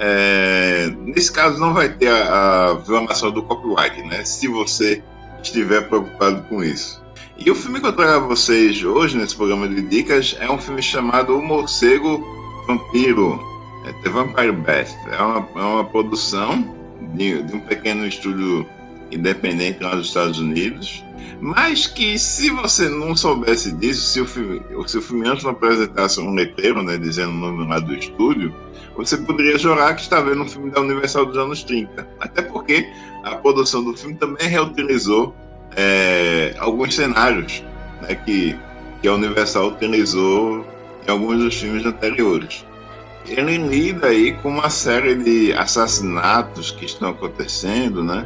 nesse caso, não vai ter a violação do copyright, né? Se você estiver preocupado com isso. E o filme que eu trago a vocês hoje, nesse programa de dicas, é um filme chamado O Morcego Vampiro, The Vampire Best. É uma produção de um pequeno estúdio independente lá dos Estados Unidos, mas que, se você não soubesse disso, se o filme antes não apresentasse um letreiro, né, dizendo o nome lá do estúdio, você poderia jurar que está vendo um filme da Universal dos anos 30. Até porque a produção do filme também reutilizou alguns cenários, né, que a Universal utilizou em alguns dos filmes anteriores. Ele lida aí com uma série de assassinatos que estão acontecendo, né?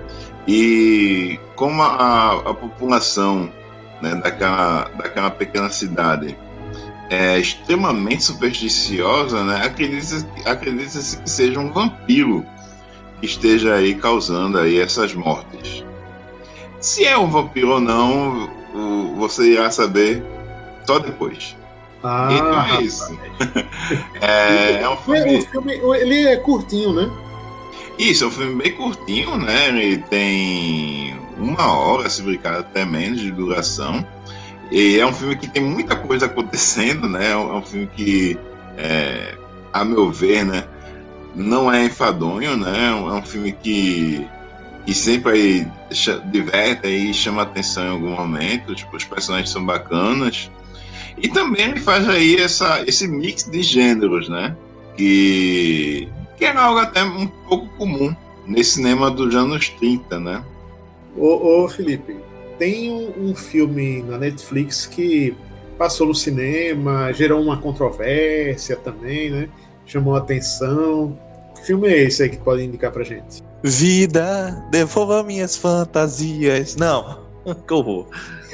E como a população, né, daquela pequena cidade é extremamente supersticiosa, né? Acredita-se que seja um vampiro que esteja aí causando aí essas mortes. Se é um vampiro ou não, você irá saber só depois. Então é isso. É um filme... O filme ele é curtinho, né? Isso, é um filme bem curtinho, né? Ele tem 1 hora, se brincar, até menos de duração. E é um filme que tem muita coisa acontecendo, né? É um filme que a meu ver, né, não é enfadonho, né? É um filme que sempre aí diverte e chama atenção em algum momento. Tipo, os personagens são bacanas. E também ele faz aí esse mix de gêneros, né? Que é algo até um pouco comum nesse cinema dos anos 30, né? Ô Felipe, tem um filme na Netflix que passou no cinema, gerou uma controvérsia também, né? Chamou a atenção. Que filme é esse aí que pode indicar pra gente? Vida, devolva minhas fantasias. Não, que horror.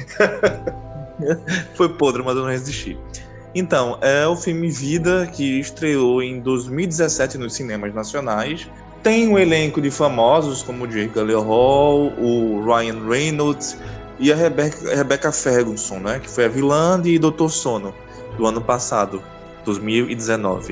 Foi podre, mas eu não resisti. Então, é o filme Vida, que estreou em 2017 nos cinemas nacionais. Tem um elenco de famosos como o Jake Gyllenhaal, o Ryan Reynolds e a Rebecca Ferguson, né, que foi a vilã de Dr. Sono do ano passado, 2019.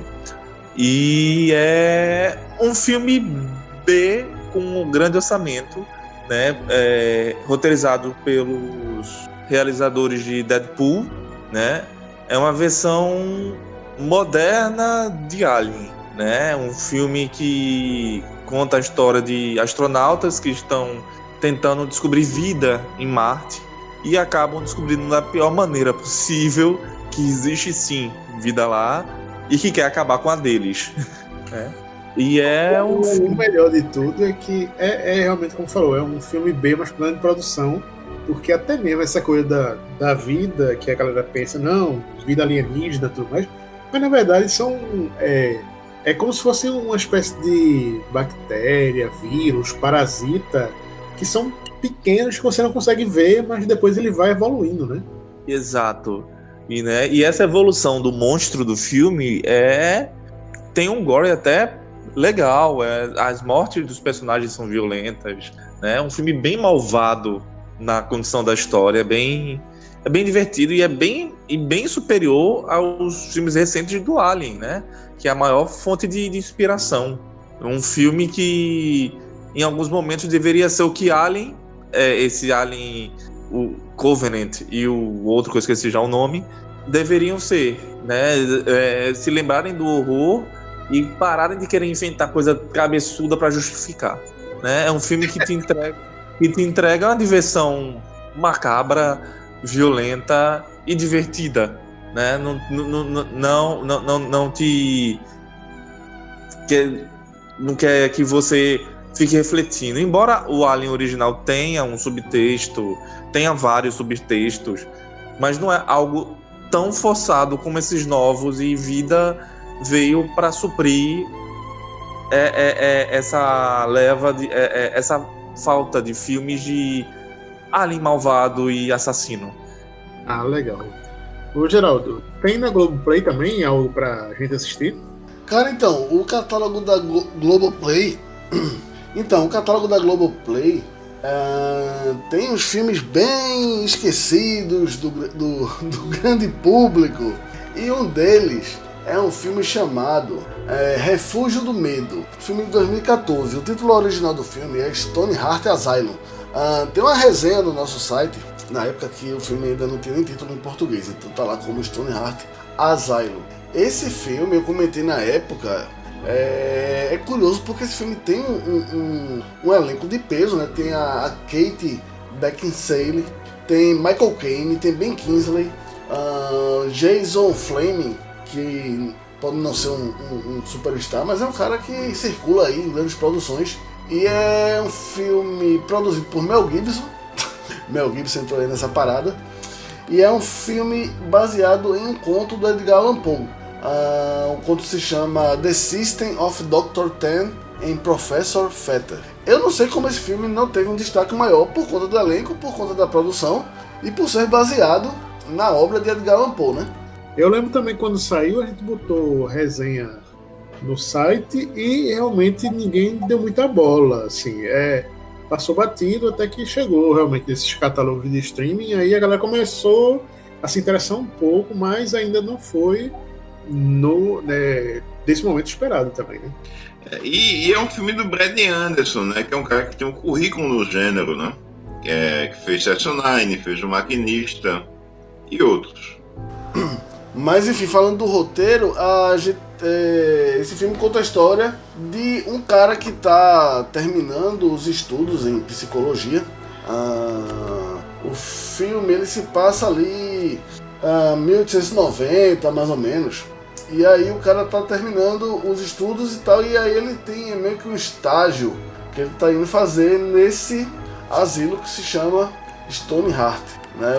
E é um filme B com um grande orçamento, né, roteirizado pelos realizadores de Deadpool, né? É uma versão moderna de Alien, né? Um filme que conta a história de astronautas que estão tentando descobrir vida em Marte e acabam descobrindo da pior maneira possível que existe sim vida lá e que quer acabar com a deles, né? E o melhor de tudo é que é realmente, como falou, é um filme B, mas com grande produção, porque até mesmo essa coisa da vida, que a galera pensa, não, vida alienígena e tudo mais, mas na verdade são é como se fosse uma espécie de bactéria, vírus, parasita, que são pequenos que você não consegue ver, mas depois ele vai evoluindo, né? Exato. E essa evolução do monstro do filme tem um gore até legal, as mortes dos personagens são violentas, né? É um filme bem malvado na condição da história, é bem divertido e é bem superior aos filmes recentes do Alien, né? Que é a maior fonte de inspiração. Um filme que em alguns momentos deveria ser o que Alien, esse Alien, o Covenant e o outro que eu esqueci já o nome, deveriam ser, né? Se lembrarem do horror e pararem de querer inventar coisa cabeçuda para justificar, né? É um filme que te entrega uma diversão macabra, violenta e divertida, né? Não quer que você fique refletindo. Embora o Alien original tenha um subtexto, tenha vários subtextos, mas não é algo tão forçado como esses novos, e Vida veio para suprir essa leva de essa falta de filmes de alien malvado e assassino. Ah, legal. Ô Geraldo, tem na Globoplay também algo pra gente assistir? Cara, então, o catálogo da Globoplay tem uns filmes bem esquecidos do grande público, e um deles é um filme chamado Refúgio do Medo, filme de 2014. O título original do filme é Stoneheart Asylum. Tem uma resenha no nosso site, na época que o filme ainda não tinha nem título em português, então tá lá como Stoneheart Asylum. Esse filme, eu comentei na época, é curioso porque esse filme tem um elenco de peso, né? Tem a Kate Beckinsale, tem Michael Caine, tem Ben Kingsley, Jason Fleming, que pode não ser um superstar, mas é um cara que circula aí em grandes produções. E é um filme produzido por Mel Gibson. Mel Gibson entrou aí nessa parada. E é um filme baseado em um conto do Edgar Allan Poe. O conto se chama The System of Dr. Ten and Professor Fetter. Eu não sei como esse filme não teve um destaque maior por conta do elenco, por conta da produção e por ser baseado na obra de Edgar Allan Poe, né? Eu lembro também quando saiu, a gente botou resenha no site e realmente ninguém deu muita bola, assim, passou batido até que chegou realmente nesses catálogos de streaming, aí a galera começou a se interessar um pouco, mas ainda não foi desse momento esperado também, né? E é um filme do Brad Anderson, né, que é um cara que tem um currículo no gênero, né, que fez Section 9, fez O Maquinista e outros. Mas enfim, falando do roteiro, esse filme conta a história de um cara que está terminando os estudos em psicologia. O filme ele se passa ali 1890, mais ou menos. E aí o cara tá terminando os estudos e tal, e aí ele tem meio que um estágio que ele tá indo fazer nesse asilo que se chama Stoneheart, né?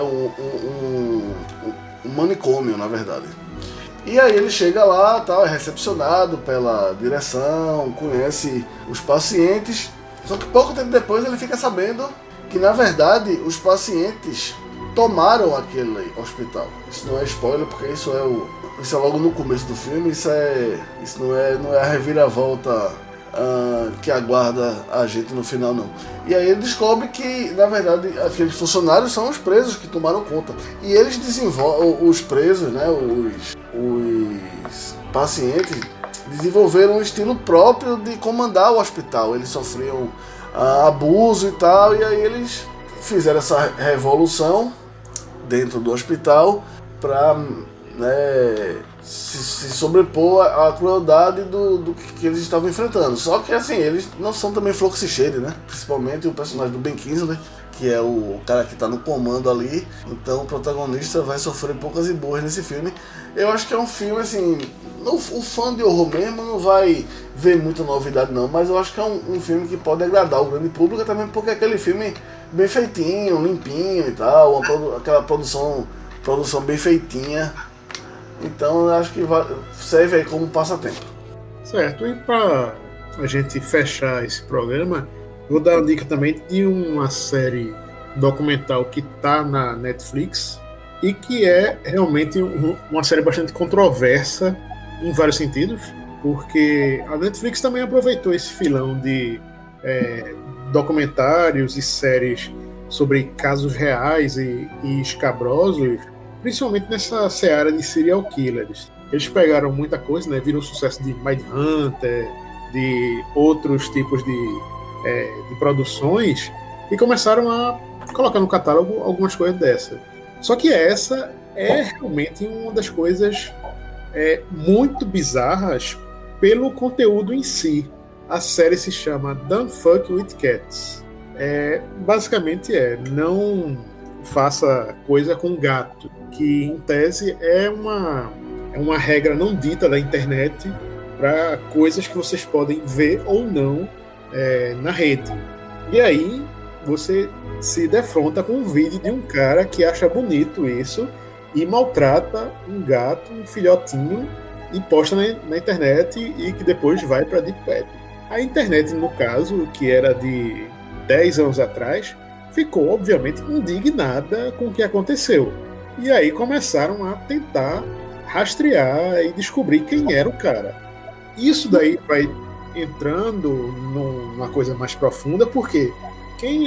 Um manicômio, na verdade. E aí ele chega lá, tal, é recepcionado pela direção, conhece os pacientes, só que pouco tempo depois ele fica sabendo que, na verdade, os pacientes tomaram aquele hospital. Isso não é spoiler, porque isso é logo no começo do filme, isso não é a reviravolta que aguarda a gente no final, não. E aí ele descobre que, na verdade, aqueles funcionários são os presos que tomaram conta. E eles os presos, né, os pacientes, desenvolveram um estilo próprio de comandar o hospital. Eles sofriam abuso e tal, e aí eles fizeram essa revolução dentro do hospital para, né, se sobrepor à crueldade do que eles estavam enfrentando. Só que assim, eles não são também flor que se cheire, né? Principalmente o personagem do Ben Kingsley, que é o cara que está no comando ali. Então o protagonista vai sofrer poucas e boas nesse filme. Eu acho que é um filme assim, o fã de horror mesmo não vai ver muita novidade não, mas eu acho que é um filme que pode agradar o grande público também, porque é aquele filme bem feitinho, limpinho e tal, aquela produção bem feitinha. Então eu acho que serve aí como passatempo. Certo, e para a gente fechar esse programa, vou dar uma dica também de uma série documental que está na Netflix e que é realmente uma série bastante controversa em vários sentidos, porque a Netflix também aproveitou esse filão de documentários e séries sobre casos reais e escabrosos, principalmente nessa seara de serial killers. Eles pegaram muita coisa, né? Virou sucesso de Mindhunter, de outros tipos de produções, e começaram a colocar no catálogo algumas coisas dessa. Só que essa é realmente uma das coisas muito bizarras pelo conteúdo em si. A série se chama Don't Fuck With Cats. Basicamente não faça coisa com gato, que em tese é uma regra não dita da internet para coisas que vocês podem ver ou não na rede. E aí você se defronta com um vídeo de um cara que acha bonito isso e maltrata um gato, um filhotinho, e posta na internet, e que depois vai para a Deep Web. A internet, no caso, que era de 10 anos atrás, ficou, obviamente, indignada com o que aconteceu. E aí começaram a tentar rastrear e descobrir quem era o cara. Isso daí vai entrando numa coisa mais profunda, porque quem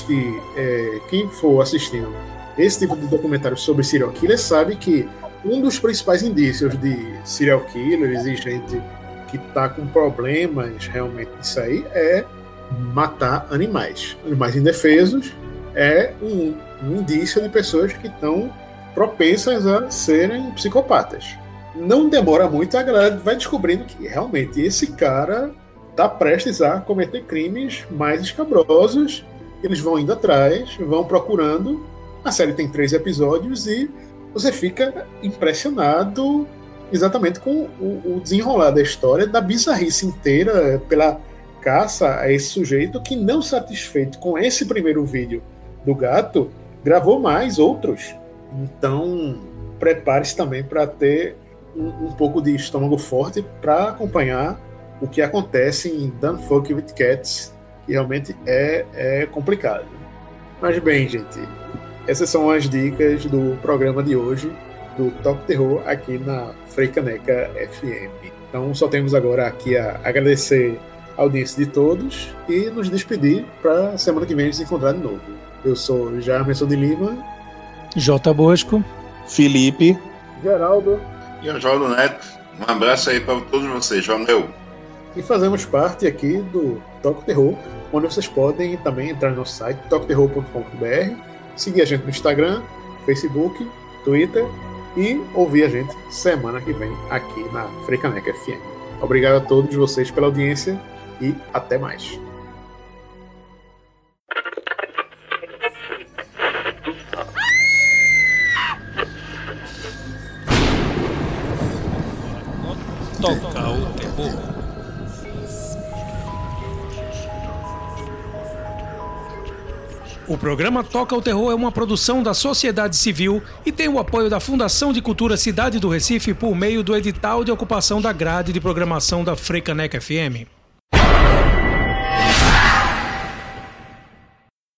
for assistindo esse tipo de documentário sobre serial killers sabe que um dos principais indícios de serial killers e gente que está com problemas realmente disso aí é matar animais. Animais indefesos é um indício de pessoas que estão propensas a serem psicopatas. Não demora muito, a galera vai descobrindo que realmente esse cara está prestes a cometer crimes mais escabrosos. Eles vão indo atrás, vão procurando. A série tem 3 episódios e você fica impressionado exatamente com o desenrolar da história, da bizarrice inteira, pela caça a esse sujeito que, não satisfeito com esse primeiro vídeo do gato, gravou mais outros. Então prepare-se também para ter um pouco de estômago forte para acompanhar o que acontece em Don't Fuck With Cats, que realmente é complicado. Mas bem, gente, essas são as dicas do programa de hoje do Top Terror aqui na Freicaneca FM. Então só temos agora aqui a agradecer a audiência de todos e nos despedir para semana que vem a gente se encontrar de novo. Eu sou Jamerson de Lima, J. Bosco, Felipe, Geraldo e Oswaldo Neto. Um abraço aí para todos vocês. Valeu! E fazemos parte aqui do Toque Terror, onde vocês podem também entrar no nosso site toqueterror.com.br, seguir a gente no Instagram, Facebook, Twitter e ouvir a gente semana que vem aqui na Frecaneca FM. Obrigado a todos vocês pela audiência e até mais. Toca o terror. O programa Toca o Terror é uma produção da sociedade civil e tem o apoio da Fundação de Cultura Cidade do Recife por meio do edital de ocupação da grade de programação da Frecaneca FM.